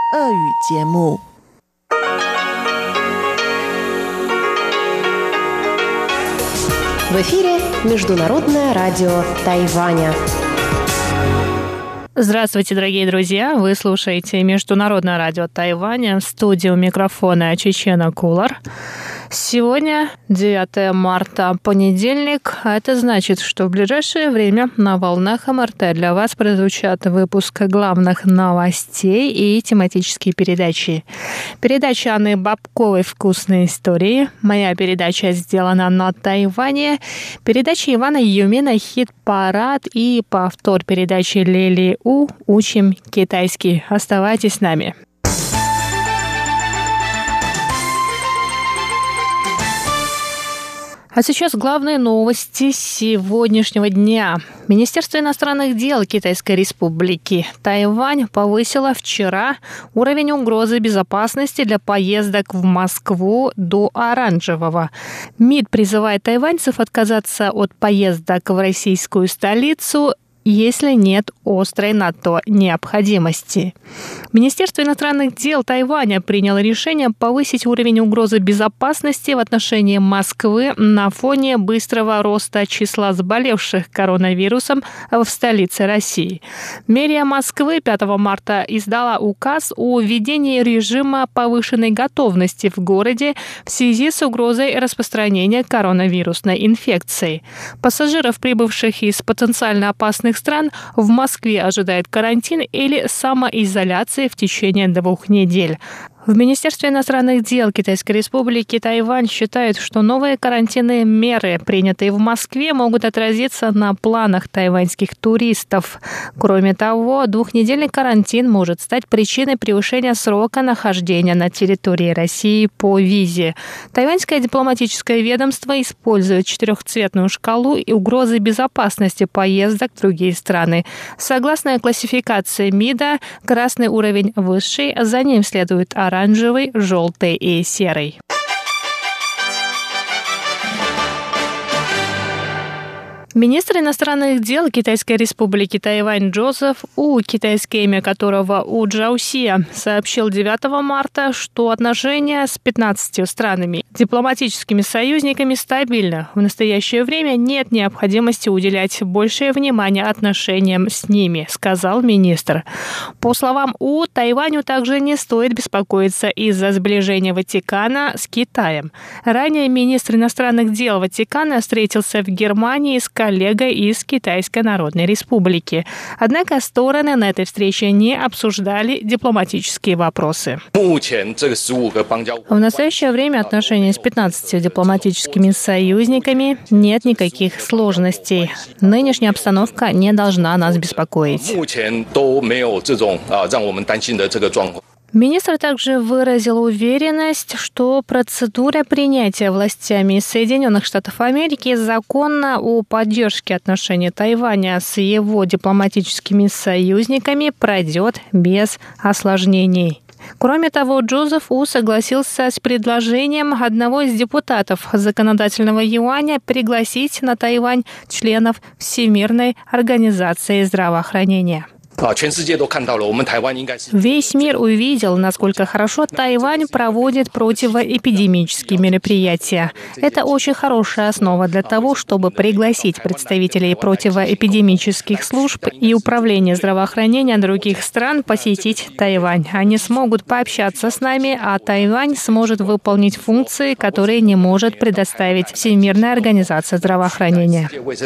俄语节目。 В эфире Международное радио Тайваня. Здравствуйте, дорогие друзья! Вы слушаете Международное радио Тайваня. В студии у микрофона Чечена Кулар. Сегодня 9 марта, понедельник, а это значит, что в ближайшее время на волнах МРТ для вас прозвучат выпуск главных новостей и тематические передачи. Передача Анны Бабковой «Вкусные истории», моя передача «Сделана на Тайване», передача Ивана Юмина «Хит-парад» и повтор передачи Лили У «Учим китайский». Оставайтесь с нами. А сейчас главные новости сегодняшнего дня. Министерство иностранных дел Китайской Республики Тайвань повысило вчера уровень угрозы безопасности для поездок в Москву до оранжевого. МИД призывает тайваньцев отказаться от поездок в российскую столицу, если нет острой на то необходимости. Министерство иностранных дел Тайваня приняло решение повысить уровень угрозы безопасности в отношении Москвы на фоне быстрого роста числа заболевших коронавирусом в столице России. Мэрия Москвы 5 марта издала указ о введении режима повышенной готовности в городе в связи с угрозой распространения коронавирусной инфекции. Пассажиров, прибывших из потенциально опасных стран, в Москве ожидает карантин или самоизоляция в течение 2 недель. В Министерстве иностранных дел Китайской Республики Тайвань считают, что новые карантинные меры, принятые в Москве, могут отразиться на планах тайваньских туристов. Кроме того, 2-недельный карантин может стать причиной превышения срока нахождения на территории России по визе. Тайваньское дипломатическое ведомство использует 4-цветную шкалу и угрозы безопасности поездок в другие страны. Согласно классификации МИДа, красный уровень высший, за ним следует оранжевый, желтый и серый. Министр иностранных дел Китайской Республики Тайвань Джозеф У, китайское имя которого У Джаусия, сообщил 9 марта, что отношения с 15 странами, дипломатическими союзниками, стабильны. В настоящее время нет необходимости уделять большее внимание отношениям с ними, сказал министр. По словам У, Тайваню также не стоит беспокоиться из-за сближения Ватикана с Китаем. Ранее министр иностранных дел Ватикана встретился в Германии с коллегой из Китайской Народной Республики. Однако стороны на этой встрече не обсуждали дипломатические вопросы. В настоящее время отношения с 15 дипломатическими союзниками нет никаких сложностей. Нынешняя обстановка не должна нас беспокоить. Министр также выразил уверенность, что процедура принятия властями Соединенных Штатов Америки закона о поддержке отношений Тайваня с его дипломатическими союзниками пройдет без осложнений. Кроме того, Джозеф У согласился с предложением одного из депутатов законодательного юаня пригласить на Тайвань членов Всемирной организации здравоохранения. Весь мир увидел, насколько хорошо Тайвань проводит противоэпидемические мероприятия. Это очень хорошая основа для того, чтобы пригласить представителей противоэпидемических служб и управления здравоохранения других стран посетить Тайвань. Они смогут пообщаться с нами, а Тайвань сможет выполнить функции, которые не может предоставить Всемирная организация здравоохранения.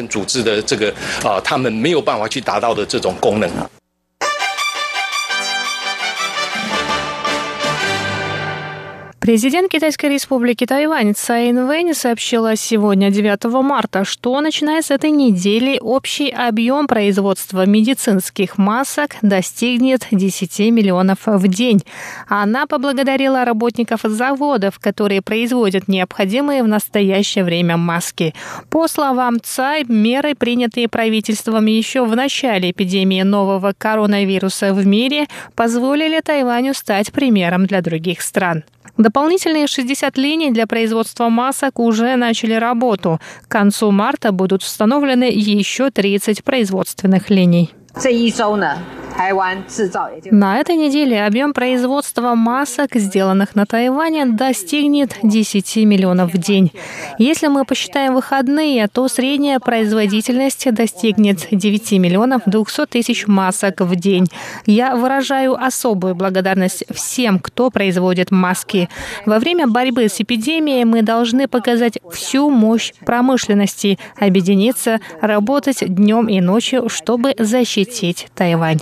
Президент Китайской Республики Тайвань Цай Инвэнь сообщила сегодня, 9 марта, что, начиная с этой недели, общий объем производства медицинских масок достигнет 10 миллионов в день. Она поблагодарила работников заводов, которые производят необходимые в настоящее время маски. По словам Цай, меры, принятые правительством еще в начале эпидемии нового коронавируса в мире, позволили Тайваню стать примером для других стран. Дополнительные 60 линий для производства масок уже начали работу. К концу марта будут установлены еще 30 производственных линий. На этой неделе объем производства масок, сделанных на Тайване, достигнет 10 миллионов в день. Если мы посчитаем выходные, то средняя производительность достигнет 9 миллионов 200 тысяч масок в день. Я выражаю особую благодарность всем, кто производит маски. Во время борьбы с эпидемией мы должны показать всю мощь промышленности, объединиться, работать днем и ночью, чтобы защитить Тайвань.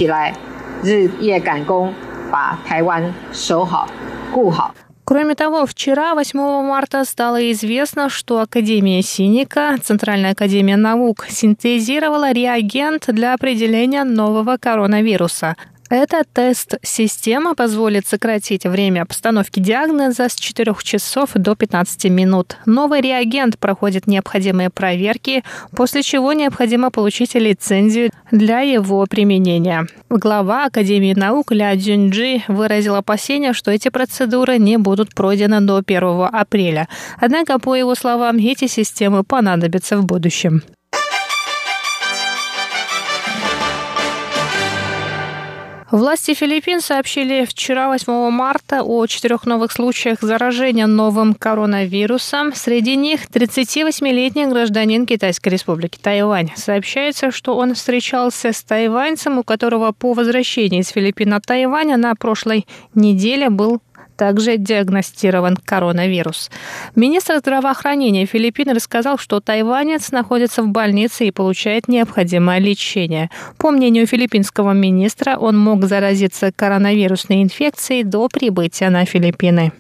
Кроме того, вчера, 8 марта, стало известно, что Академия Синика, Центральная академия наук, синтезировала реагент для определения нового коронавируса. Эта тест-система позволит сократить время постановки диагноза с 4 часов до 15 минут. Новый реагент проходит необходимые проверки, после чего необходимо получить лицензию для его применения. Глава Академии наук Ля Цзюньджи выразил опасения, что эти процедуры не будут пройдены до 1 апреля. Однако, по его словам, эти системы понадобятся в будущем. Власти Филиппин сообщили вчера, 8 марта, о 4 новых случаях заражения новым коронавирусом. Среди них 38-летний гражданин Китайской республики Тайвань. Сообщается, что он встречался с тайваньцем, у которого по возвращении из Филиппин от Тайваня на прошлой неделе был также диагностирован коронавирус. Министр здравоохранения Филиппин рассказал, что тайванец находится в больнице и получает необходимое лечение. По мнению филиппинского министра, он мог заразиться коронавирусной инфекцией до прибытия на Филиппины.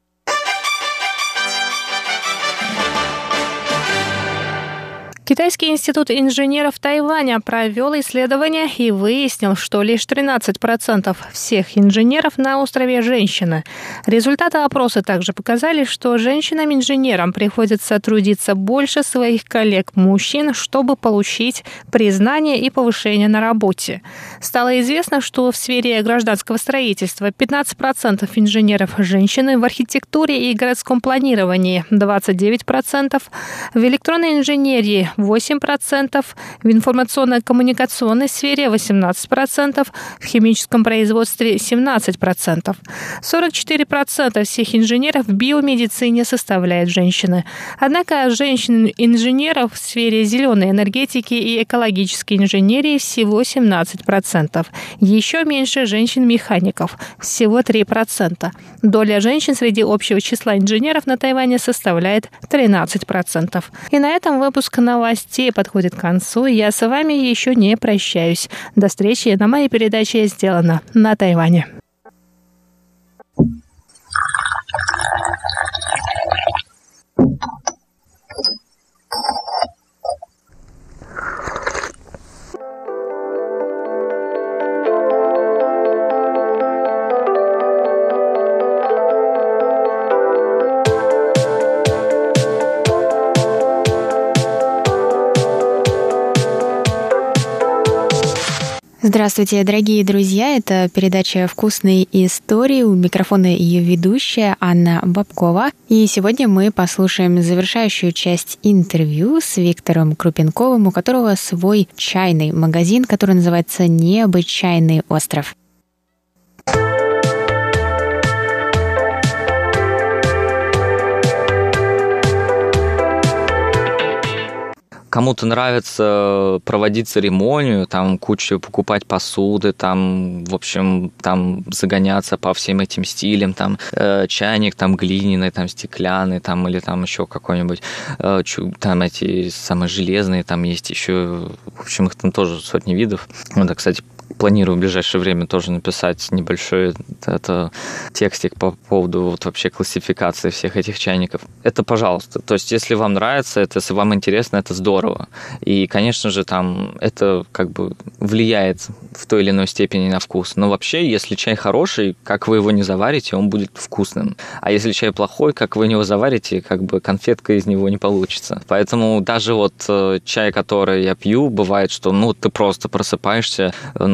Китайский институт инженеров Тайваня провел исследование и выяснил, что лишь 13% всех инженеров на острове – женщины. Результаты опроса также показали, что женщинам-инженерам приходится трудиться больше своих коллег-мужчин, чтобы получить признание и повышение на работе. Стало известно, что в сфере гражданского строительства 15% инженеров – женщины, в архитектуре и городском планировании – 29%, в электронной инженерии – 8%, в информационно-коммуникационной сфере 18%, в химическом производстве 17%. 44% всех инженеров в биомедицине составляют женщины. Однако женщин-инженеров в сфере зеленой энергетики и экологической инженерии всего 17%. Еще меньше женщин-механиков, всего 3%. Доля женщин среди общего числа инженеров на Тайване составляет 13%. И на этом выпуск новостей подходит к концу. Я с вами еще не прощаюсь. До встречи на моей передаче «Сделано на Тайване». Здравствуйте, дорогие друзья! Это передача «Вкусные истории». У микрофона ее ведущая Анна Бабкова. И сегодня мы послушаем завершающую часть интервью с Виктором Крупенковым, у которого свой чайный магазин, который называется «Необычайный остров». Кому-то нравится проводить церемонию, там кучу покупать посуды, там, в общем, там загоняться по всем этим стилям, там чайник, там глиняный, там стеклянный, там или там еще какой-нибудь, там эти самые железные, там есть еще, в общем, их там тоже сотни видов. Вот, кстати, планирую в ближайшее время тоже написать небольшой текстик по поводу вот вообще классификации всех этих чайников. Это пожалуйста. То есть, если вам нравится, это, если вам интересно, это здорово. И, конечно же, там это как бы влияет в той или иной степени на вкус. Но вообще, если чай хороший, как вы его не заварите, он будет вкусным. А если чай плохой, как вы его заварите, как бы конфетка из него не получится. Поэтому даже вот чай, который я пью, бывает, что ты просто просыпаешься,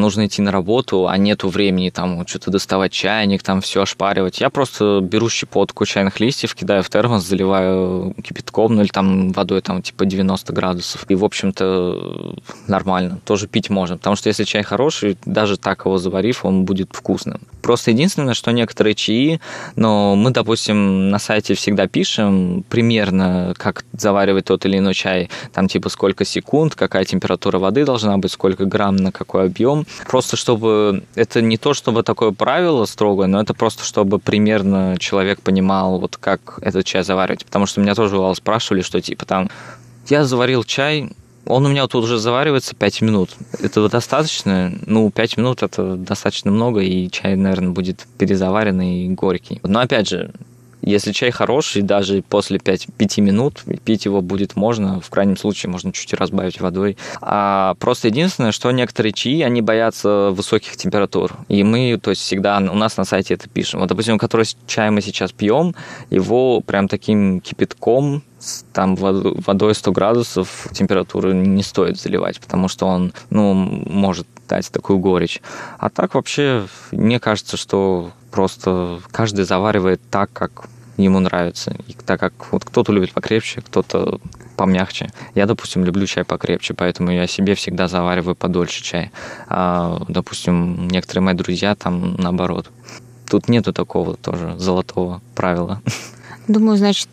нужно идти на работу, а нету времени там что-то доставать чайник, там все ошпаривать. Я просто беру щепотку чайных листьев, кидаю в термос, заливаю кипятком, ну или там водой там типа 90 градусов. И, в общем-то, нормально. Тоже пить можно. Потому что если чай хороший, даже так его заварив, он будет вкусным. Просто единственное, что некоторые чаи, но мы, допустим, на сайте всегда пишем примерно, как заваривать тот или иной чай, там типа сколько секунд, какая температура воды должна быть, сколько грамм на какой объем. Просто чтобы... Это не то, чтобы такое правило строгое, но это просто, чтобы примерно человек понимал, вот как этот чай заваривать. Потому что меня тоже спрашивали, что типа там... Я заварил чай, он у меня тут уже заваривается 5 минут. Это достаточно? 5 минут это достаточно много, и чай, наверное, будет перезаваренный и горький. Но опять же, если чай хороший, даже после 5 минут пить его будет можно. В крайнем случае можно чуть разбавить водой. А просто единственное, что некоторые чаи, они боятся высоких температур. И мы, то есть, всегда у нас на сайте это пишем. Вот, допустим, который чай мы сейчас пьем, его прям таким кипятком, там водой 100 градусов температуры не стоит заливать, потому что он, может дать такую горечь. А так вообще, мне кажется, что просто каждый заваривает так, как ему нравится. И так как вот кто-то любит покрепче, кто-то помягче. Я, допустим, люблю чай покрепче, поэтому я себе всегда завариваю подольше чай. А, допустим, некоторые мои друзья там наоборот. Тут нету такого тоже золотого правила. Думаю, значит,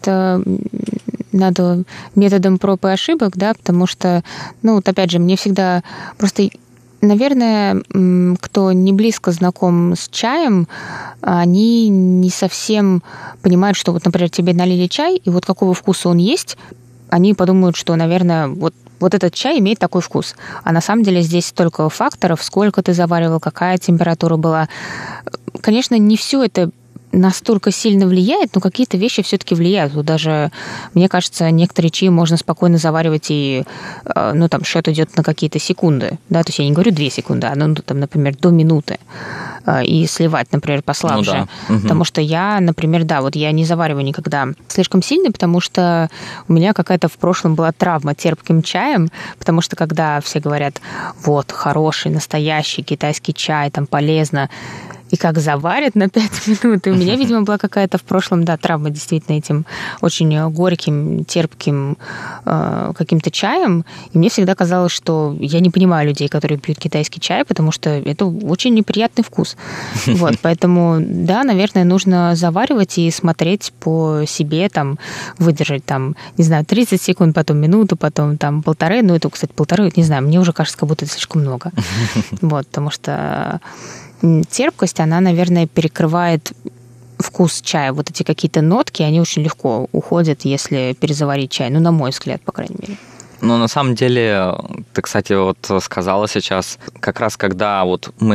надо методом проб и ошибок, да, потому что, опять же, мне всегда просто... Наверное, кто не близко знаком с чаем, они не совсем понимают, что вот, например, тебе налили чай, и вот какого вкуса он есть, они подумают, что, наверное, вот этот чай имеет такой вкус. А на самом деле здесь столько факторов, сколько ты заваривал, какая температура была. Конечно, не все это настолько сильно влияет, но какие-то вещи все-таки влияют. Вот даже, мне кажется, некоторые чаи можно спокойно заваривать, и счет идет на какие-то секунды. Да? То есть я не говорю 2 секунды, а, например, до минуты. И сливать, например, послабже. Потому что я, например, я не завариваю никогда слишком сильно, потому что у меня какая-то в прошлом была травма терпким чаем, потому что когда все говорят, вот, хороший, настоящий китайский чай, там полезно, и как заварят на 5 минут. И у меня, видимо, была какая-то в прошлом, травма действительно этим очень горьким, терпким каким-то чаем. И мне всегда казалось, что я не понимаю людей, которые пьют китайский чай, потому что это очень неприятный вкус. Вот, поэтому, наверное, нужно заваривать и смотреть по себе, выдержать, 30 секунд, потом минуту, потом 1,5. Это, кстати, 1,5, не знаю, мне уже кажется, как будто это слишком много. Вот, потому что терпкость, она, наверное, перекрывает вкус чая. Вот эти какие-то нотки, они очень легко уходят, если перезаварить чай. На мой взгляд, по крайней мере. На самом деле, ты, кстати, сказала сейчас, как раз когда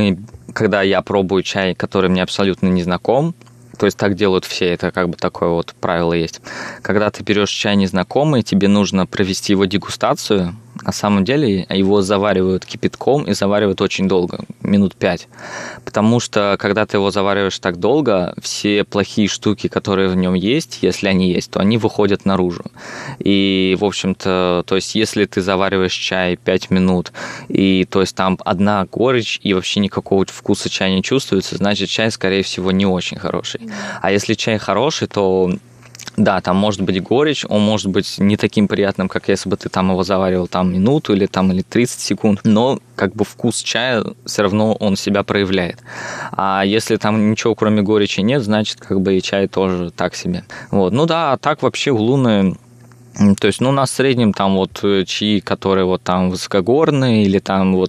я пробую чай, который мне абсолютно не знаком, то есть так делают все, это как бы такое правило есть. Когда ты берешь чай незнакомый, тебе нужно провести его дегустацию. На самом деле его заваривают кипятком и заваривают очень долго, минут 5. Потому что, когда ты его завариваешь так долго, все плохие штуки, которые в нем есть, если они есть, то они выходят наружу. И, в общем-то, то есть если ты завариваешь чай 5 минут, и то есть там одна горечь, и вообще никакого вкуса чая не чувствуется, значит, чай, скорее всего, не очень хороший. А если чай хороший, то... Да, там может быть горечь, он может быть не таким приятным, как если бы ты его заваривал минуту или 30 секунд, но как бы вкус чая все равно он себя проявляет. А если там ничего кроме горечи нет, значит как бы и чай тоже так себе. Вот. А так вообще улуны... То есть, у нас в среднем чаи, которые высокогорные или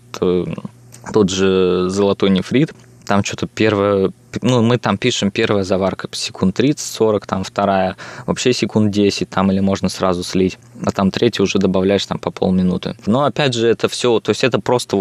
тот же золотой нефрит, там что-то первое... мы там пишем первая заварка секунд 30-40, вторая вообще секунд 10, или можно сразу слить, а третью уже добавляешь по полминуты. Но опять же это все, то есть это просто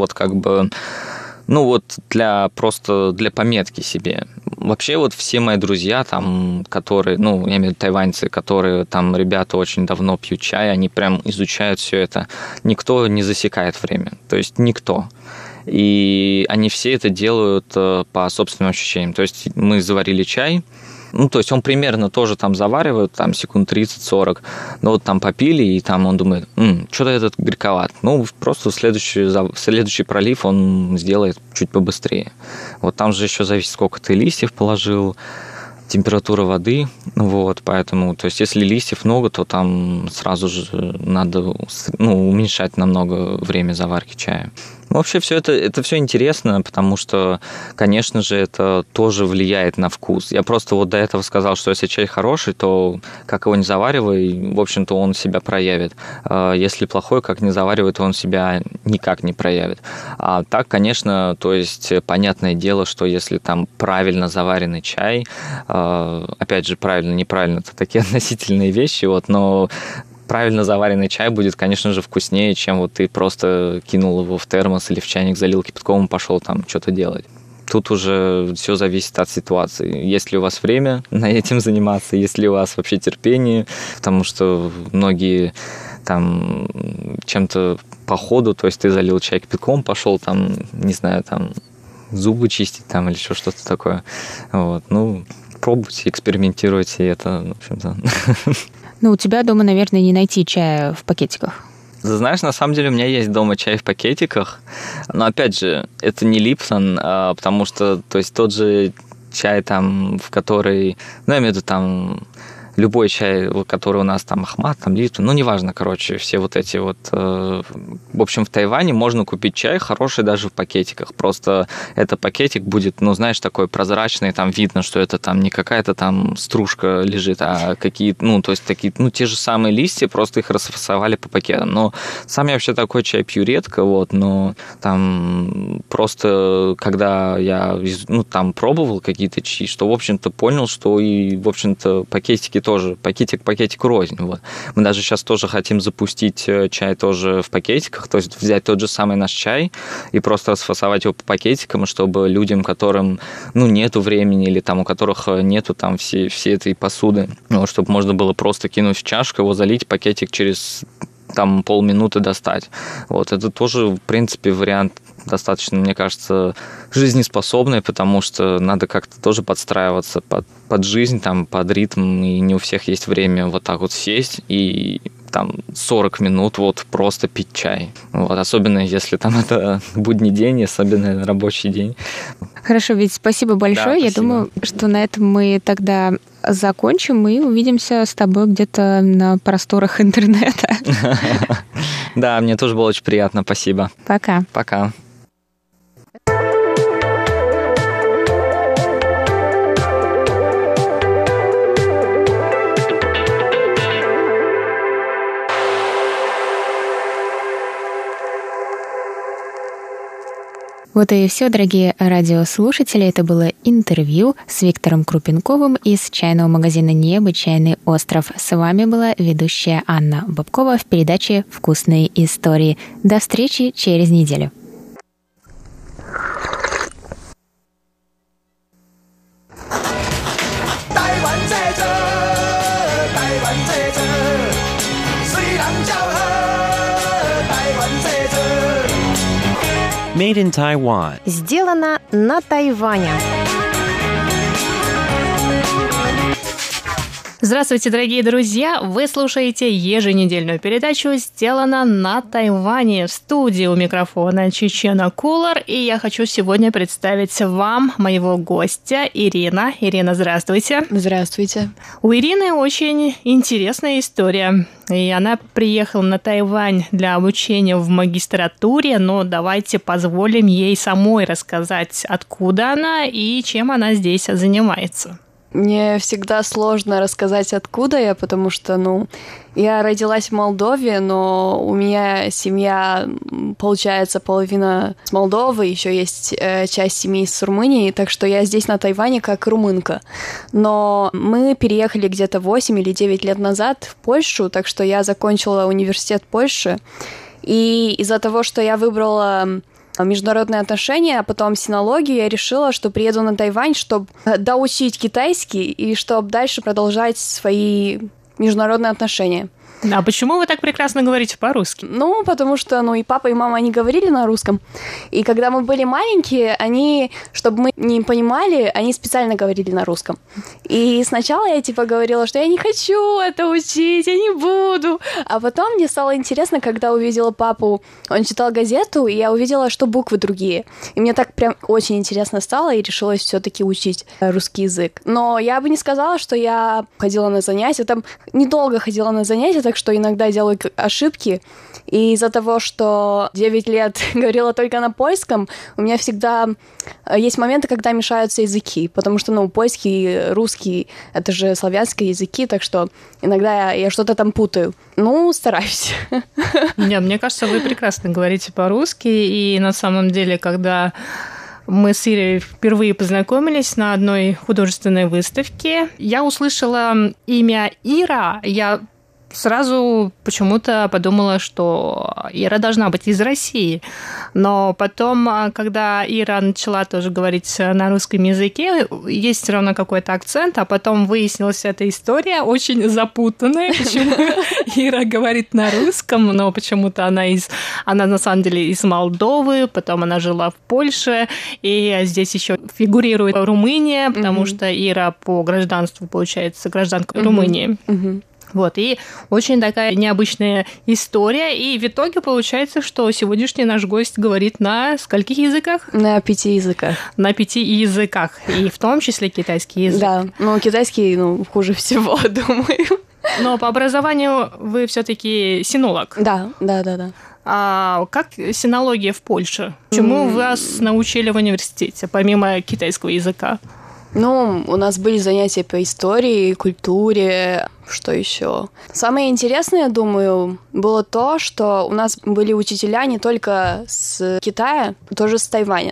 для пометки себе. Вообще все мои друзья, которые, я имею в виду тайваньцы, которые ребята очень давно пьют чай, они прям изучают все это. Никто не засекает время, то есть никто. и они все это делают по собственным ощущениям. То есть мы заварили чай, то есть он примерно тоже там заваривает, там секунд 30-40, но вот там попили, и там он думает, что-то этот горьковат. Просто следующий пролив он сделает чуть побыстрее. Вот там же еще зависит, сколько ты листьев положил, температура воды, поэтому, то есть если листьев много, то там сразу же надо уменьшать намного время заварки чая. Вообще все это все интересно, потому что, конечно же, это тоже влияет на вкус. Я просто вот до этого сказал, что если чай хороший, то как его не заваривай, в общем-то, он себя проявит. Если плохой, как не заваривай, то он себя никак не проявит. А так, конечно, то есть понятное дело, что если там правильно заваренный чай, опять же, правильно, неправильно, это такие относительные вещи, но правильно заваренный чай будет, конечно же, вкуснее, чем вот ты просто кинул его в термос или в чайник, залил кипятком и пошел там что-то делать. Тут уже все зависит от ситуации. Есть ли у вас время на этим заниматься, есть ли у вас вообще терпение, потому что многие там чем-то по ходу, то есть ты залил чай кипятком, пошел там, не знаю, там зубы чистить там или еще что-то такое. Пробуйте, экспериментируйте, это, в общем-то... У тебя дома, наверное, не найти чая в пакетиках. Знаешь, на самом деле у меня есть дома чай в пакетиках, но, опять же, это не Липтон, потому что, то есть, тот же чай, там, в который, я имею в виду, там, любой чай, который у нас там Ахмат, там Липтон, неважно, все вот эти вот... В общем, в Тайване можно купить чай хороший даже в пакетиках. Просто этот пакетик будет, такой прозрачный, там видно, что это там не какая-то там стружка лежит, а какие-то, то есть такие, те же самые листья, просто их расфасовали по пакетам. Но сам я вообще такой чай пью редко, но там просто, когда я, там пробовал какие-то чаи, что, в общем-то, понял, что и, в общем-то, пакетики тоже, пакетик рознь. Мы даже сейчас тоже хотим запустить чай тоже в пакетиках, то есть взять тот же самый наш чай и просто расфасовать его по пакетикам, чтобы людям, которым, нету времени или там у которых нету там все этой посуды, чтобы можно было просто кинуть в чашку, его залить, пакетик через там полминуты достать. Это тоже, в принципе, вариант достаточно, мне кажется, жизнеспособный, потому что надо как-то тоже подстраиваться под жизнь, там, под ритм, и не у всех есть время вот так вот сесть и там 40 минут просто пить чай. Особенно если там это будний день, особенно рабочий день. Хорошо, ведь спасибо большое. Да, Я думаю, что на этом мы тогда закончим и увидимся с тобой где-то на просторах интернета. Да, мне тоже было очень приятно. Спасибо. Пока. Пока. Вот и все, дорогие радиослушатели. Это было интервью с Виктором Крупенковым из чайного магазина «Необычайный остров». С вами была ведущая Анна Бабкова в передаче «Вкусные истории». До встречи через неделю. Made in Taiwan. Сделано на Тайване. Здравствуйте, дорогие друзья! Вы слушаете еженедельную передачу «Сделано на Тайване». В студии у микрофона Чечена Кулар, и я хочу сегодня представить вам моего гостя Ирина. Ирина, здравствуйте! Здравствуйте! У Ирины очень интересная история. И она приехала на Тайвань для обучения в магистратуре, но давайте позволим ей самой рассказать, откуда она и чем она здесь занимается. Мне всегда сложно рассказать, откуда я, потому что, я родилась в Молдове, но у меня семья, получается, половина с Молдовы, еще есть часть семьи с Румынии, так что я здесь на Тайване как румынка. Но мы переехали где-то 8 или 9 лет назад в Польшу, так что я закончила университет Польши, и из-за того, что я выбрала международные отношения, а потом синологию, я решила, что приеду на Тайвань, чтобы доучить китайский и чтобы дальше продолжать свои международные отношения. А почему вы так прекрасно говорите по-русски? Ну, потому что, и папа, и мама, они говорили на русском. И когда мы были маленькие, они, чтобы мы не понимали, они специально говорили на русском. И сначала я, говорила, что я не хочу это учить, я не буду. А потом мне стало интересно, когда увидела папу, он читал газету, и я увидела, что буквы другие. И мне так прям очень интересно стало, и решилась все-таки учить русский язык. Но я бы не сказала, что я ходила на занятия. Там недолго ходила на занятия, так что иногда делаю ошибки. И из-за того, что 9 лет говорила только на польском, у меня всегда есть моменты, когда мешаются языки, потому что, польский, русский — это же славянские языки, так что иногда я что-то там путаю. Стараюсь. Нет, мне кажется, вы прекрасно говорите по-русски, и на самом деле, когда мы с Ирой впервые познакомились на одной художественной выставке, я услышала имя Ира, я сразу почему-то подумала, что Ира должна быть из России. Но потом, когда Ира начала тоже говорить на русском языке, есть все равно какой-то акцент, а потом выяснилась эта история очень запутанная, почему Ира говорит на русском, но почему-то она на самом деле из Молдовы, потом она жила в Польше, и здесь еще фигурирует Румыния, потому что Ира по гражданству, получается, гражданка Румынии. И очень такая необычная история. И в итоге получается, что сегодняшний наш гость говорит на скольких языках? На 5 языках. На 5 языках. И в том числе китайский язык. Да, китайский, хуже всего, думаю. Но по образованию вы все-таки синолог. Да. А как синология в Польше? Чему вас научили в университете, помимо китайского языка? У нас были занятия по истории, культуре, что еще. Самое интересное, думаю, было то, что у нас были учителя не только с Китая, тоже с Тайваня.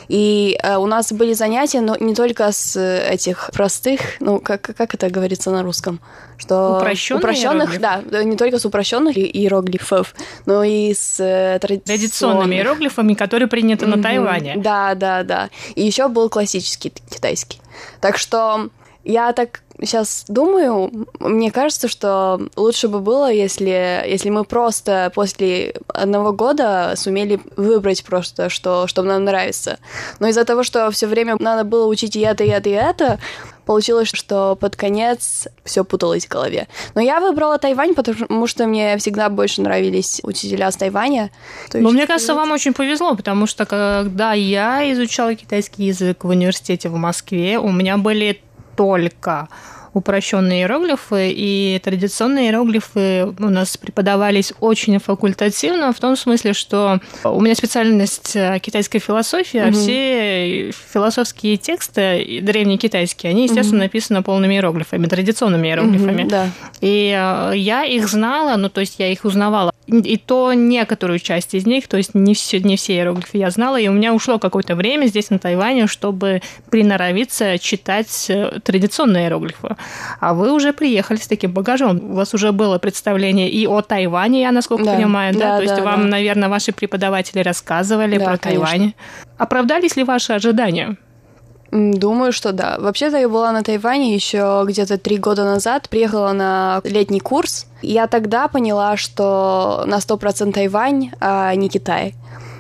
И у нас были занятия, но не только с этих простых, как это говорится на русском? Что упрощенных, да, не только с упрощенных иероглифов, но и с традиционными иероглифами, которые приняты на Тайване. Да. И еще был классический китайский. Так что я так сейчас думаю, мне кажется, что лучше бы было, если мы просто после 1 года сумели выбрать просто, что нам нравится. Но из-за того, что все время надо было учить и это, получилось, что под конец все путалось в голове. Но я выбрала Тайвань, потому что мне всегда больше нравились учителя с Тайваня. Мне кажется, вам очень повезло, потому что когда я изучала китайский язык в университете в Москве, у меня были только упрощенные иероглифы, и традиционные иероглифы у нас преподавались очень факультативно, в том смысле, что у меня специальность китайская философия, а все философские тексты древнекитайские, они, естественно, написаны полными иероглифами, традиционными иероглифами. Да. И я их знала, то есть я их узнавала. И то некоторую часть из них, то есть не все иероглифы я знала, и у меня ушло какое-то время здесь, на Тайване, чтобы приноровиться читать традиционные иероглифы. А вы уже приехали с таким багажом. У вас уже было представление и о Тайване, я насколько понимаю, да? То есть вам, наверное, ваши преподаватели рассказывали про Тайвань. Оправдались ли ваши ожидания? Думаю, что да. Вообще-то я была на Тайване еще где-то 3 года назад, приехала на летний курс. Я тогда поняла, что на 100% Тайвань, а не Китай.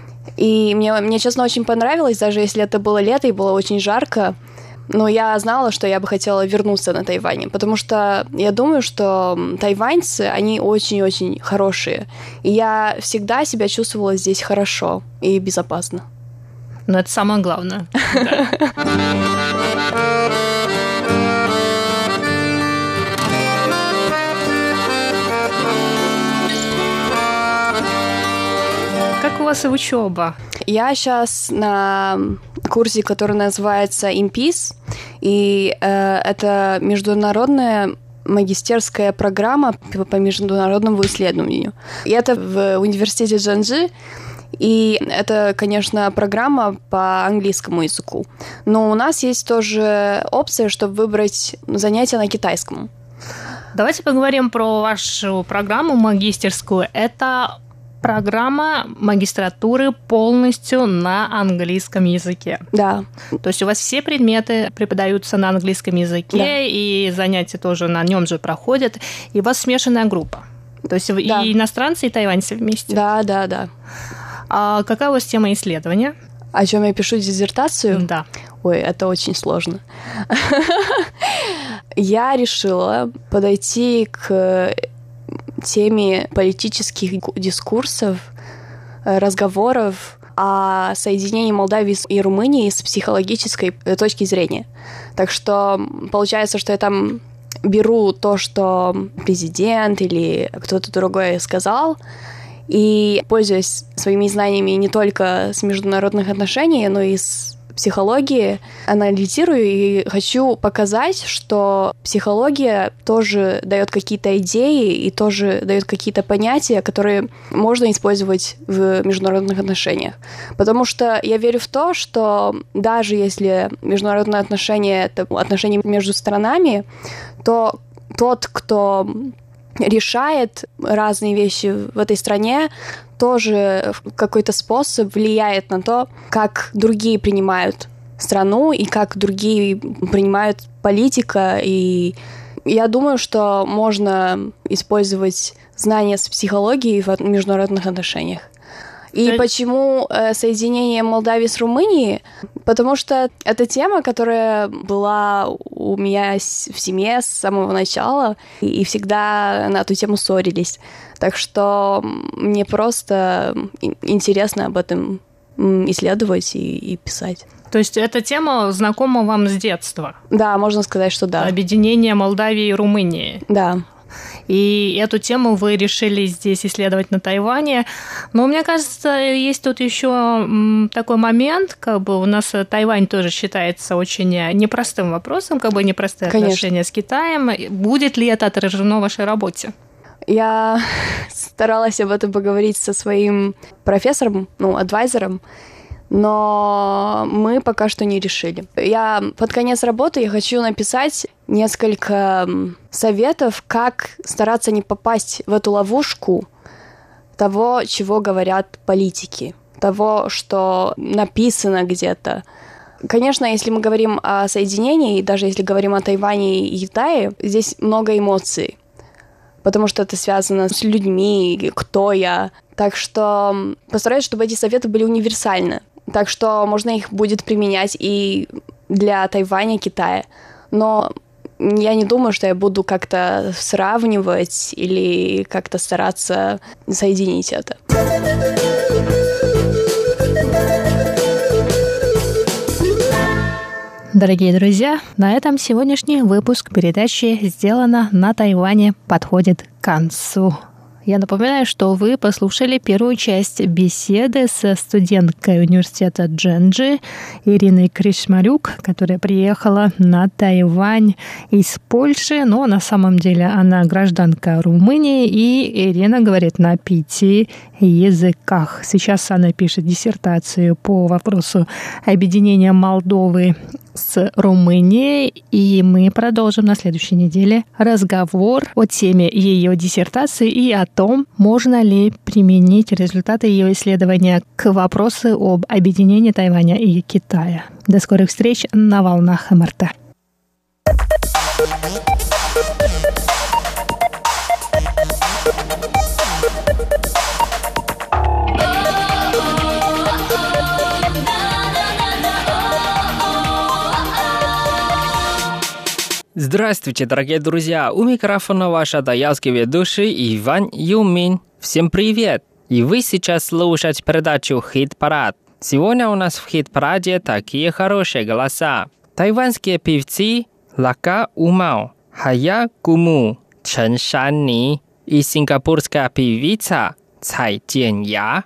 И мне, честно, очень понравилось, даже если это было лето и было очень жарко. Но я знала, что я бы хотела вернуться на Тайвань, потому что я думаю, что тайваньцы, они очень-очень хорошие. И я всегда себя чувствовала здесь хорошо и безопасно. Но это самое главное. Как у вас и учеба? Я сейчас на курсе, который называется IMPIS, и это международная магистерская программа по международному исследованию. И это в университете Чжэнчжи, и это, конечно, программа по английскому языку. Но у нас есть тоже опция, чтобы выбрать занятия на китайском. Давайте поговорим про вашу программу магистерскую. Это программа магистратуры полностью на английском языке. Да. То есть у вас все предметы преподаются на английском языке, да. И занятия тоже на нем же проходят. И у вас смешанная группа. То есть Да. и иностранцы, и тайваньцы вместе? Да. А какая у вас тема исследования? О чем я пишу диссертацию? Да. Ой, это очень сложно. Я решила подойти к теме политических дискурсов, разговоров о соединении Молдавии и Румынии с психологической точки зрения. Так что получается, что я там беру то, что президент или кто-то другой сказал, и, пользуясь своими знаниями не только с международных отношений, но и с психологии, анализирую и хочу показать, что психология тоже дает какие-то идеи и тоже дает какие-то понятия, которые можно использовать в международных отношениях. Потому что я верю в то, что даже если международные отношения — это отношения между странами, то тот, кто решает разные вещи в этой стране, тоже в какой-то способ влияет на то, как другие принимают страну и как другие принимают политика. И я думаю, что можно использовать знания с психологией в международных отношениях. И почему соединение Молдавии с Румынией? Потому что это тема, которая была у меня в семье с самого начала, и всегда на эту тему ссорились. Так что мне просто интересно об этом исследовать и писать. То есть эта тема знакома вам с детства? Да, можно сказать, что да. Объединение Молдавии и Румынии. Да. И эту тему вы решили здесь исследовать на Тайване. Но мне кажется, есть тут еще такой момент, как бы у нас Тайвань тоже считается очень непростым вопросом, как бы непростые отношения с Китаем. Будет ли это отражено в вашей работе? Я старалась об этом поговорить со своим профессором, адвайзером, но мы пока что не решили. Я под конец работы хочу написать несколько советов, как стараться не попасть в эту ловушку того, чего говорят политики, того, что написано где-то. Конечно, если мы говорим о соединении, и даже если говорим о Тайване и Китае, здесь много эмоций, потому что это связано с людьми, кто я. Так что постараюсь, чтобы эти советы были универсальны. Так что можно их будет применять и для Тайваня, Китая. Но я не думаю, что я буду как-то сравнивать или как-то стараться соединить это. Дорогие друзья, на этом сегодняшний выпуск передачи «Сделано на Тайване» подходит к концу. Я напоминаю, что вы послушали первую часть беседы со студенткой университета Дженджи Ириной Кришмарюк, которая приехала на Тайвань из Польши, но на самом деле она гражданка Румынии, и Ирина говорит на 5 языках. Сейчас она пишет диссертацию по вопросу объединения Молдовы с Румынией, и мы продолжим на следующей неделе разговор о теме ее диссертации и о том, можно ли применить результаты ее исследования к вопросу об объединении Тайваня и Китая. До скорых встреч на волнах МРТ. Здравствуйте, дорогие друзья! У микрофона ваш таялский ведущий Иван Юмин. Всем привет! И вы сейчас слушаете передачу «Хит-парад». Сегодня у нас в «Хит-параде» такие хорошие голоса. Тайванские певцы Лака Умао, Хая Гуму, Чен Шанни и сингапурская певица Цай Дженья.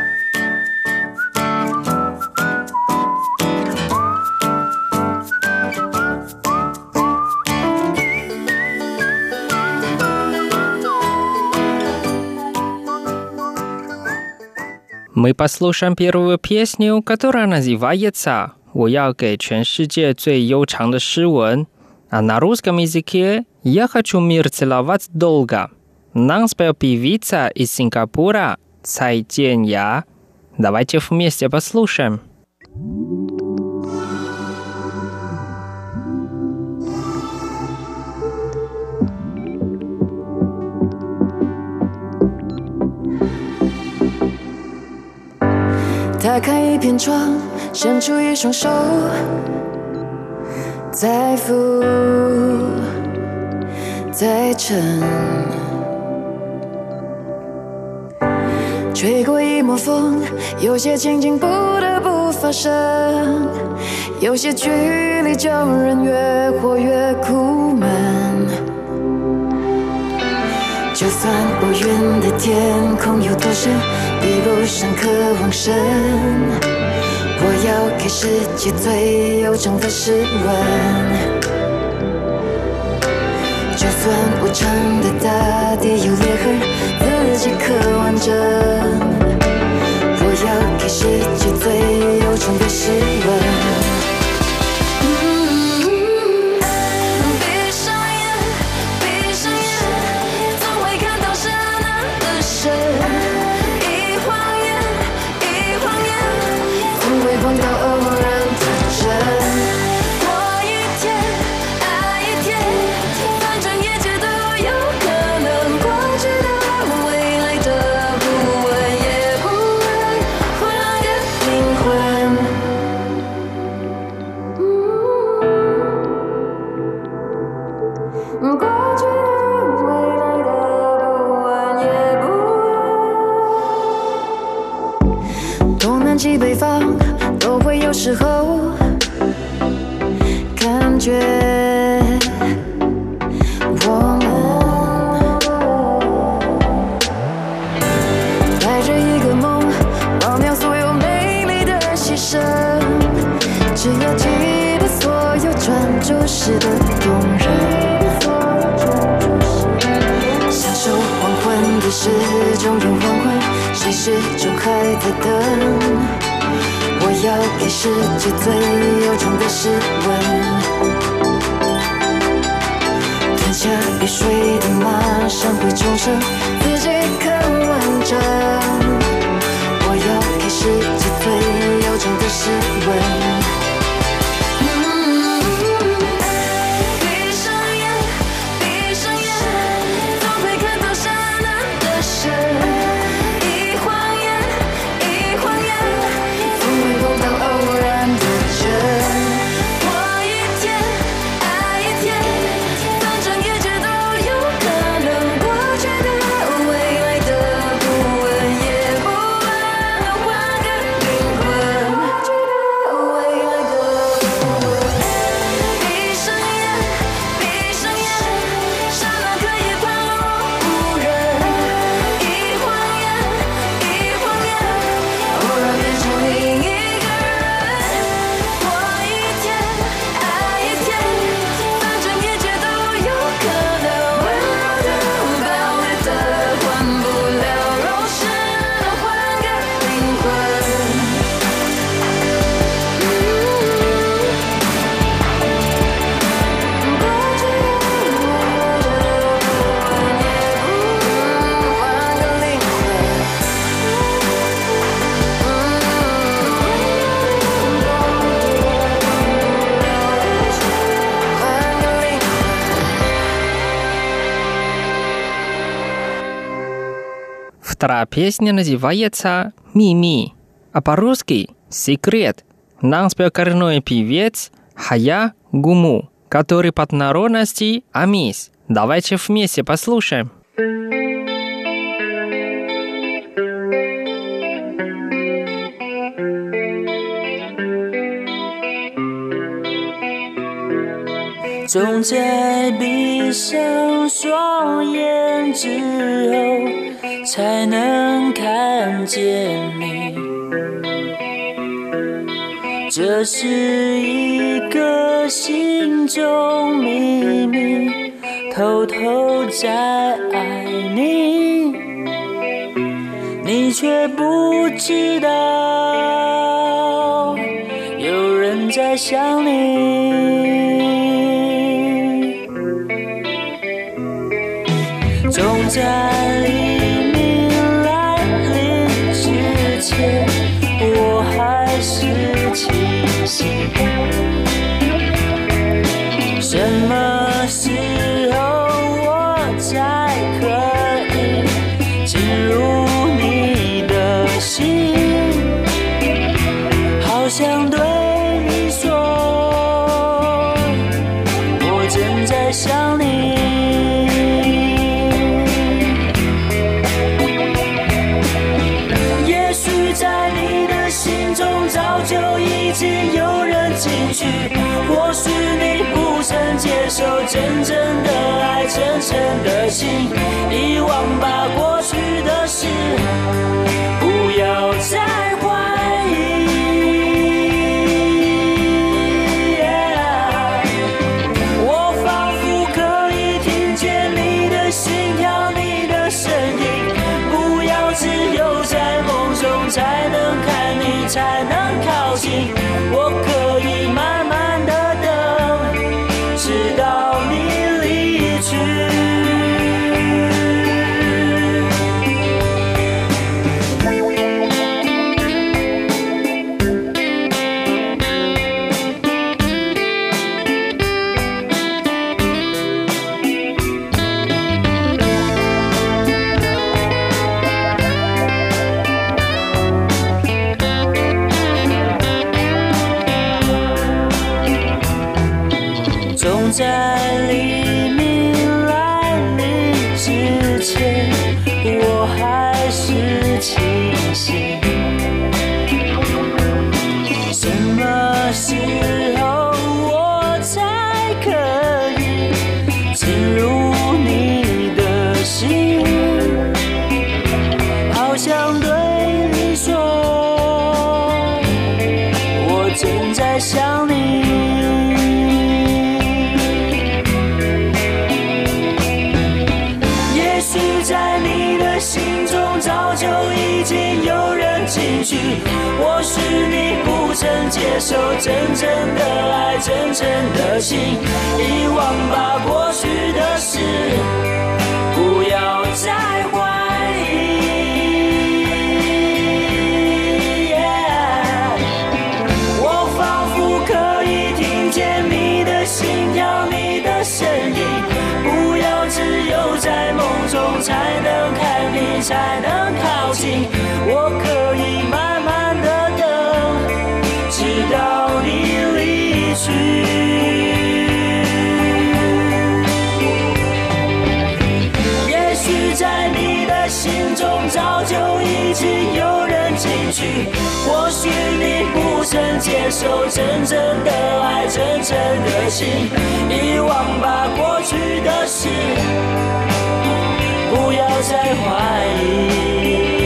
Мы послушаем первую песню, которая называется «我要给全世界最悠长的诗文», а на русском языке «Я хочу мир целовать долго». Нам спел певица из Сингапура Цай Дженья. Давайте вместе послушаем. 我打开一片窗，伸出一双手，再浮再沉，吹过一抹风，有些情景不得不发生，有些距离叫人越活越苦闷。就算乌云的天空有多深，比不上渴望深。我要给世界最悠长的诗文。就算无常的大地有裂痕，自己刻完整。我要给世界最悠长的诗文。西北方都会有时候感觉我们带着一个梦，忘掉所有美丽的牺牲，只要记得所有专注时的动人，享受黄昏的时钟有黄昏，谁始终还在等。我要给世界最悠长的诗文，吞下雨水的马上会重生，自己更完整。我要给世界最悠长的诗文。 Вторая песня называется «Мими», а по-русски «Секрет». Нам спел коренной певец Хая Гуму, который по народности амис. Давайте вместе послушаем. «总在闭上双眼之后，才能看见你。这是一个心中秘密，偷偷在爱你，你却不知道，有人在想你。总在黎明来临之前，我还是清醒。什么时候我才可以进入你的心？ 在想你。也许在你的心中早就已经有人进去，或许你不曾接受真正的爱，真诚的心，遗忘吧过去的事，不要再怀疑。我仿佛可以听见你的心跳，你的声音，不要只有在梦中才能看你，才能靠近。我可以慢慢的等，直到你离去。总在黎明来临之前，我还是清醒。什么时候我才可以进入你的心？好想对你说，我正在想你。在你的心中早就已经有人进去，或许你不曾接受真正的爱，真诚的心，遗忘吧过去的事，不要再怀疑。我仿佛可以听见你的心跳，你的声音，不要只有在梦中才能看你，才能靠近。我可以慢慢的等，直到你离去。也许在你的心中早就已经有人进去，或许你不曾接受真正的爱，真诚的心，遗忘吧过去的事，不要再怀疑。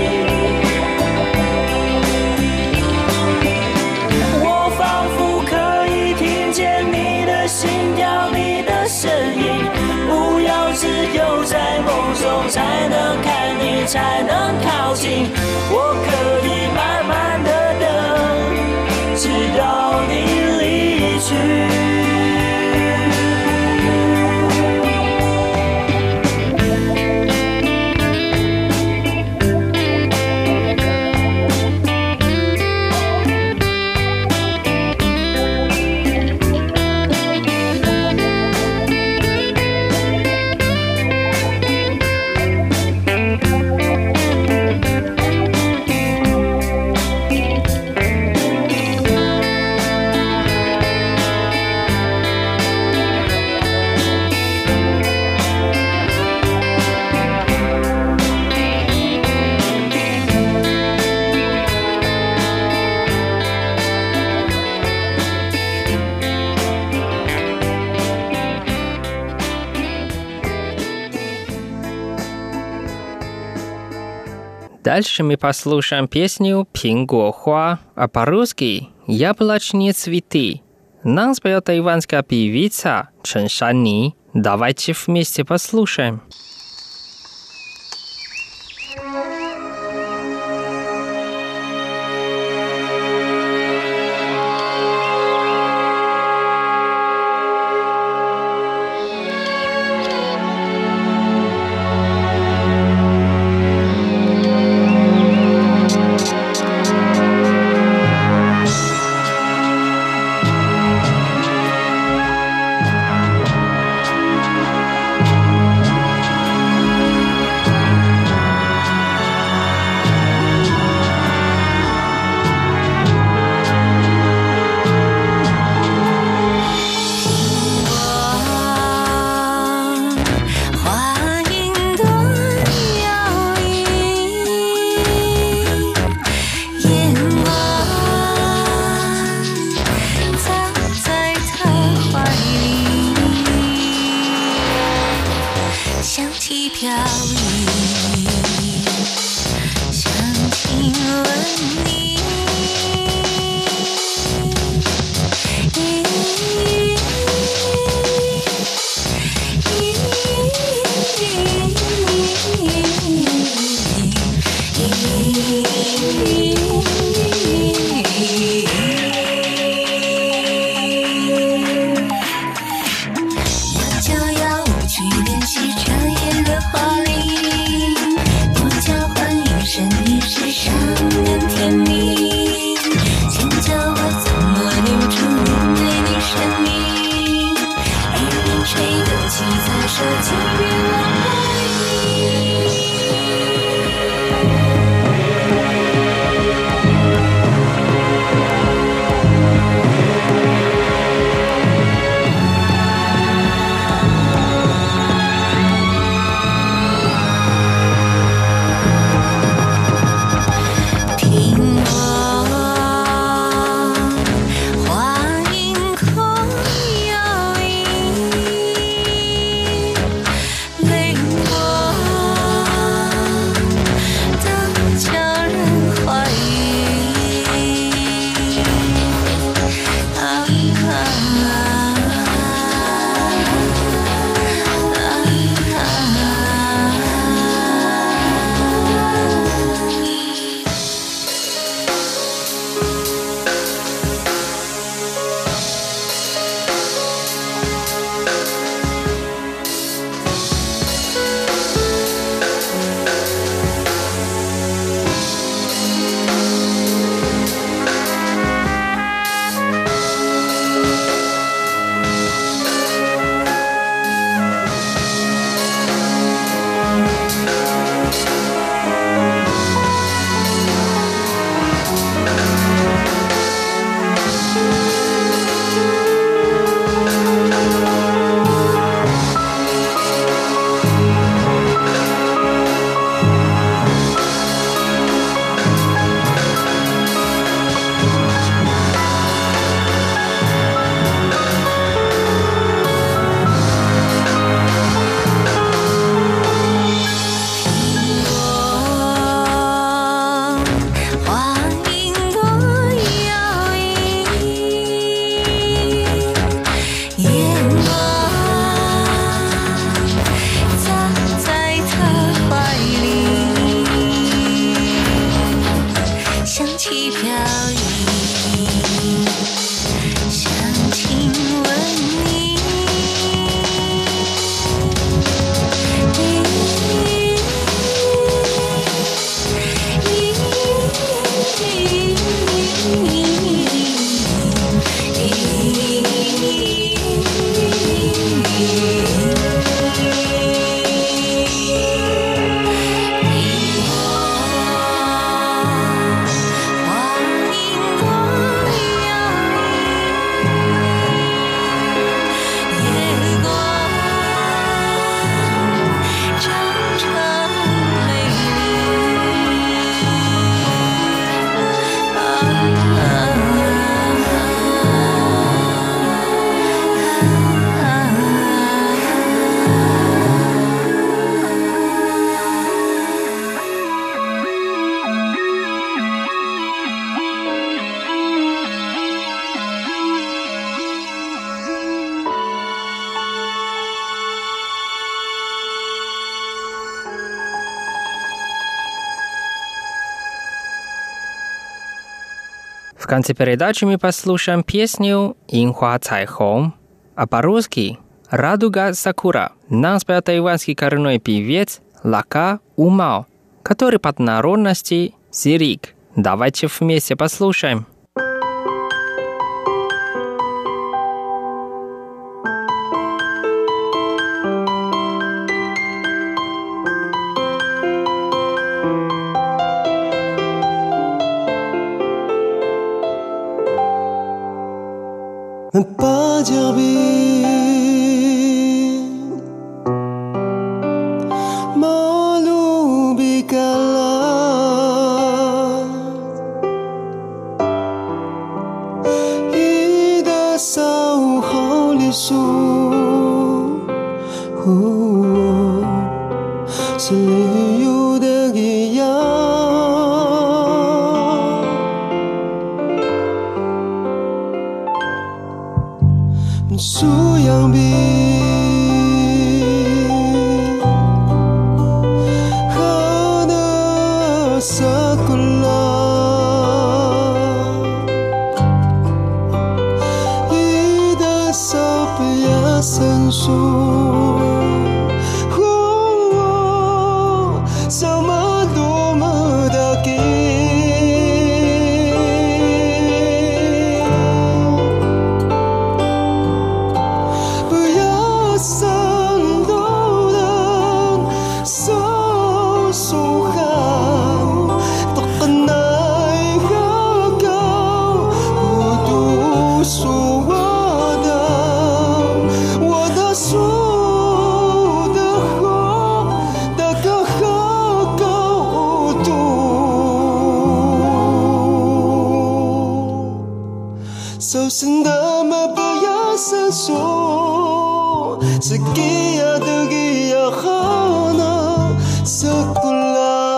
我仿佛可以听见你的心跳，你的声音，不要只有在梦中才能看你，才能靠近。我可以慢慢的等，直到你离去。 Дальше мы послушаем песню «Пинго Хуа», а по-русски «Яблочные цветы». Нам споет тайванская певица Чэн Шанни. Давайте вместе послушаем. 飘逸，想亲吻你。 В конце передачи мы послушаем песню «Инхуа Цайхong», а по-русски «Радуга Сакура». Нам спел тайванский коренной певец Лака Умао, который по народности сирик. Давайте вместе послушаем. 슬리우덕이야 수양비 하나 사꿀라 이다 사프야 산수 Sendama perhiasan so Sekia degia khana sekolah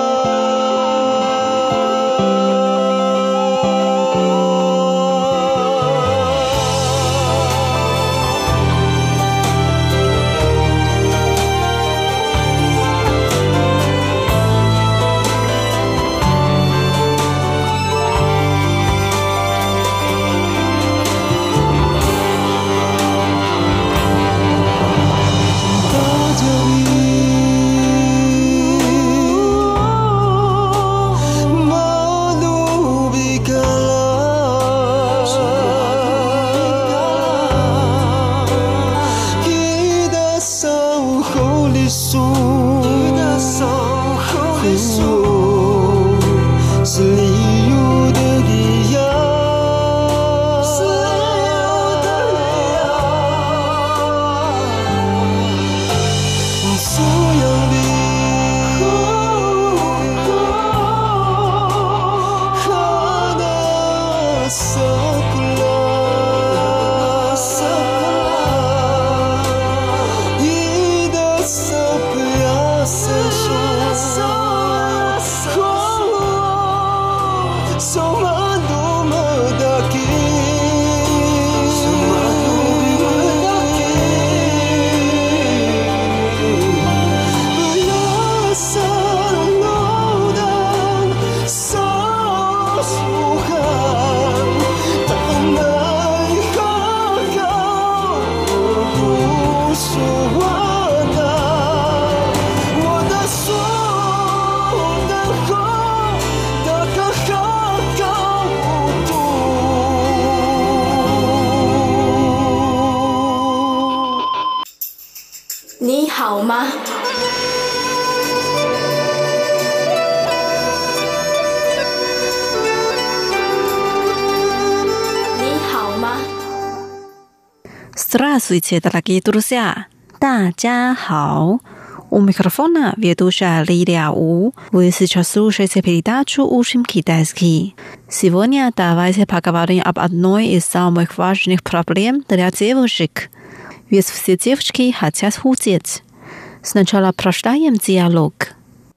你好吗？你好吗？ Здравствуйте, дорогие друзья! 大家好! У микрофона ведущая Лилия У. Вы сейчас слушаете передачу «Учим китайский». Сегодня давайте поговорим об одной из самых важных проблем для девушек. Ведь все девочки хотят худеть. Сначала прочитаем диалог.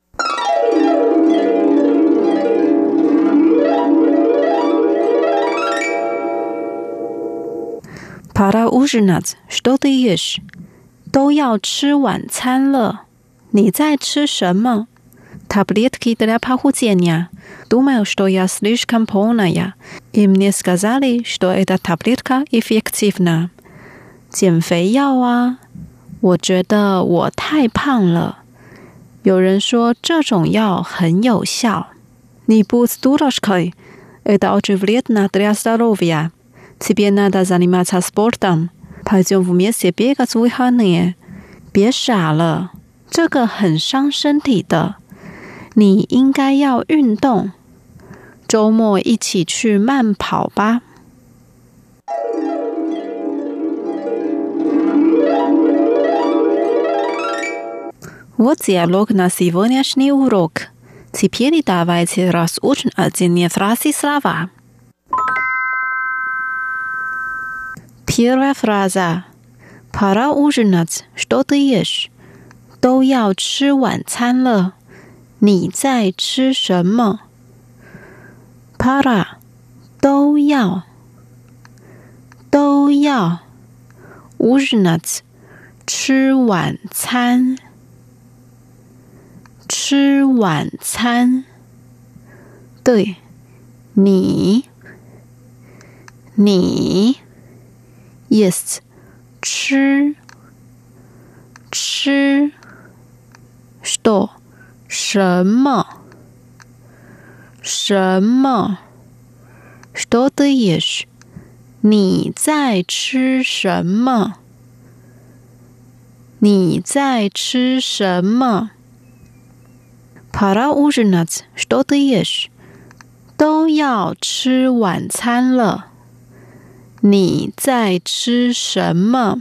Пора ужинать. Что ты ешь? 都要吃晚餐了。你在吃什么？ Таблетки для похудения. Думаю, что я слишком полная. И мне сказали, что эта таблетка эффективна. 减肥药啊，我觉得我太胖了。有人说这种药很有效。Не будь дурочкой, это очень вредно для здоровья. Тебе надо заниматься спортом. Пойдем вместе бегать в выходные. 别傻了，这个很伤身体的。你应该要运动。周末一起去慢跑吧。Вот диалог на сегодняшний урок. Теперь давайте разучим отдельные фразы и слова. Первая фраза. Пора ужинать. Что ты ешь? 都要吃晚餐了，你在吃什么？ Пора 都要 ужинать 吃晚餐对，你 есть 吃 что 什么 что ты ешь 你在吃什么 Пора ужинать что ты ешь 都要吃晚餐了，你在吃什么？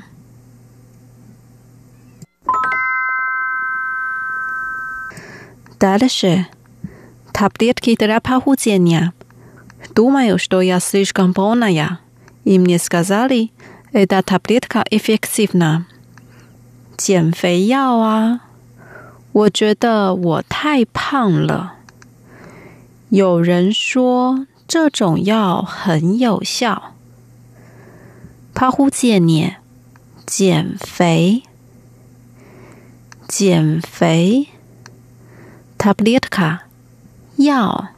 Дальше. Таблетки для похудения. Думаю, что я слишком полная. И мне сказали, эта таблетка эффективна. 减肥药啊，我觉得我太胖了。有人说这种药很有效。похудение 减肥 таблетка 药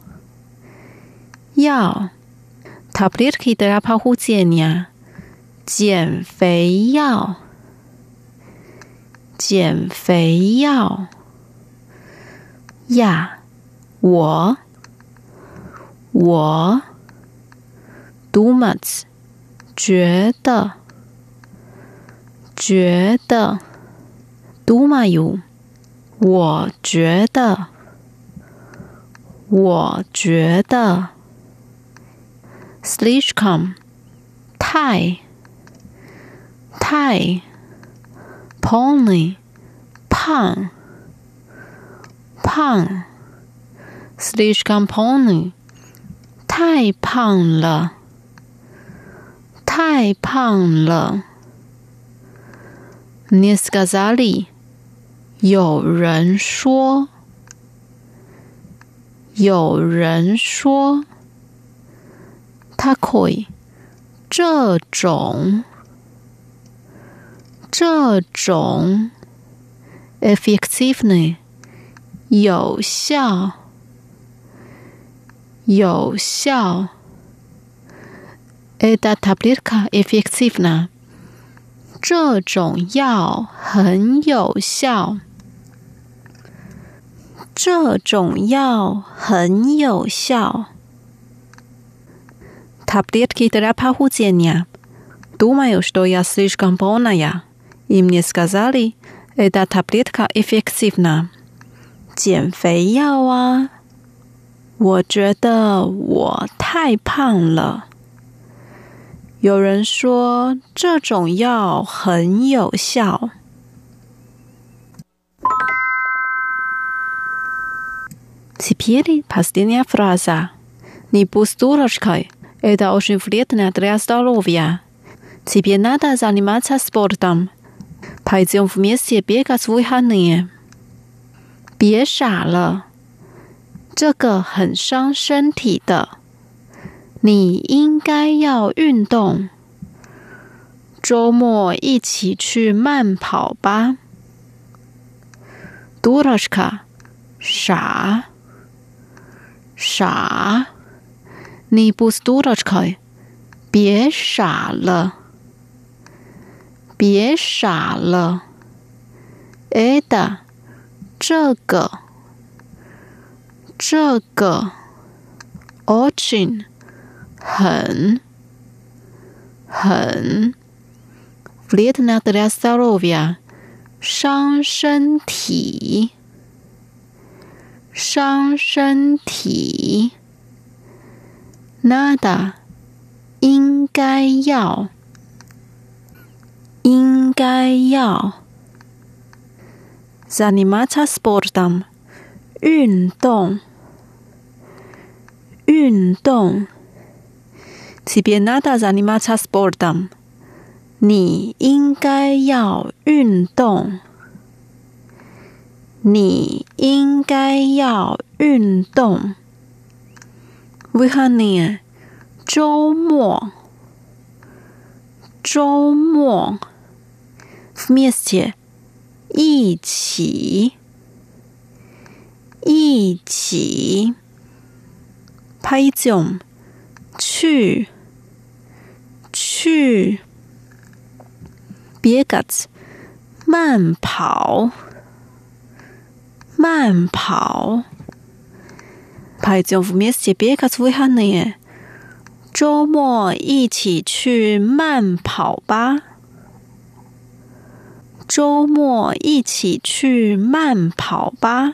таблетки для похудения 减肥药 я 我 думать 觉得 думаю 我觉得 слишком 太 полный 胖 слишком полный 太胖了 Мне сказали 有人说 такой 这种 эффективный 有效 Эта таблетка эффективна 这种药很有效 Таблетки для похудения. Думаю, что я слишком полная. И мне сказали, эта таблетка эффективна. 减肥药啊，我觉得我太胖了。有人说这种药很有效。Теперь последняя фраза. Не будь дурочкой. Это очень вредно для здоровья. Тебе надо заниматься спортом. Пойдем вместе бегать в выходные. 别傻了，这个很伤身体的。你应该要运动。周末一起去慢跑吧。Дурочка 傻。你不是 дурочкой 别傻了。Это 这个 очень 很 вредно для здоровья 伤身体 Надо 应该要 Заниматься спортом 运动 Тебе надо заниматься спортом 你应该要运动你应该要运动。выходные周末вместе一起пойдем去bегать慢跑пойдем вместе бегать в выходные周末一起去慢跑吧周末一起去慢跑吧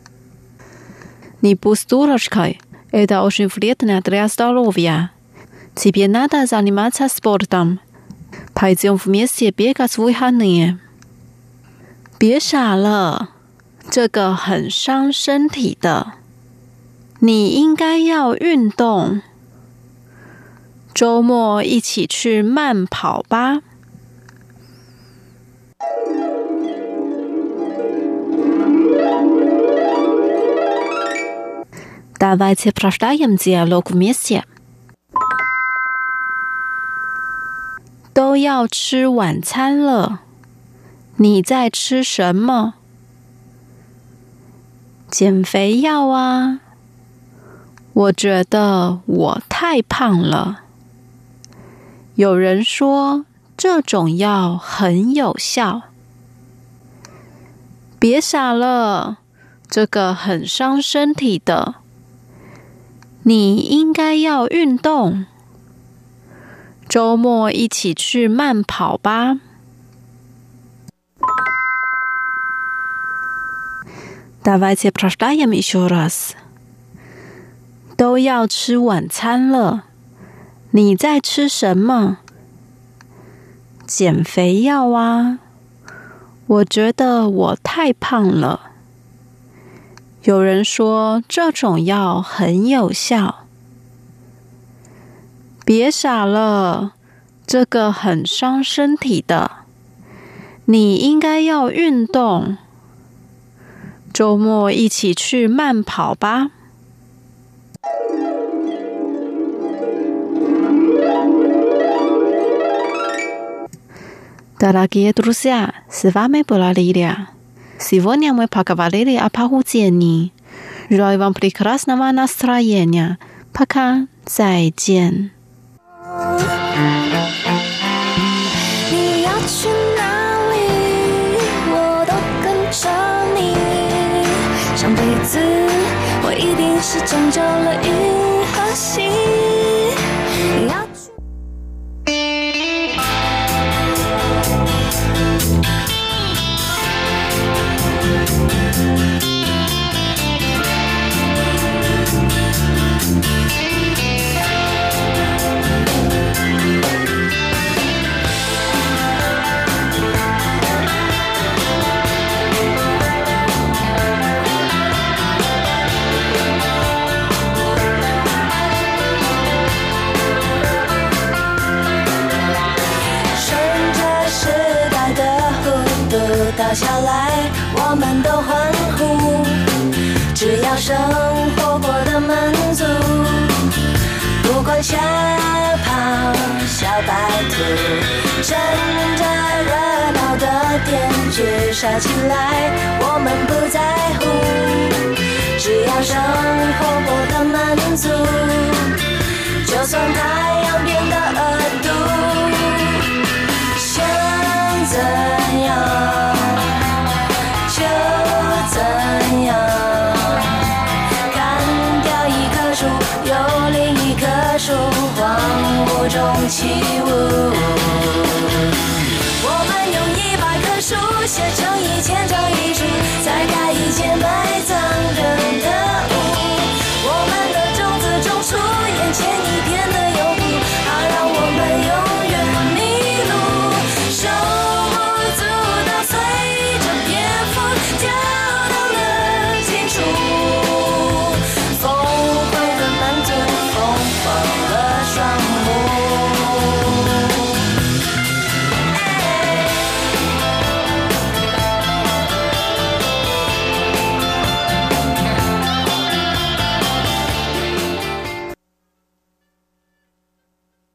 Не будь дурочкой, это очень вредно для здоровья. Тебе надо заниматься спортом. Пойдем вместе бегать в выходные. 别傻了，这个很伤身体的。你应该要运动。周末一起去慢跑吧。Давайте прочитаем диалог вместе. 都要吃晚餐了，你在吃什么？减肥药啊。我觉得我太胖了。有人说这种药很有效。别傻了，这个很伤身体的。你应该要运动。周末一起去慢跑吧。Давайте прочитаем еще раз. 都要吃晚餐了，你在吃什么？减肥药啊。我觉得我太胖了。有人说这种药很有效。别傻了，这个很伤身体的。你应该要运动。周末一起去慢跑吧。Дорогие друзья, с вами была Лилия. Сегодня мы поговорили о похудении. Желаю вам прекрасного настроения. Пока, 再见。 你要去哪里，我都跟着你。上辈子我一定是拯救了银河系。你要倒下来，我们都欢呼。只要生活过得满足，不管小胖小白兔，趁着热闹的点举杀起来，我们不在乎。只要生活过得满足，就算太阳变得恶毒，想怎样？就怎样，砍掉一棵树，有另一棵树，荒芜中起舞。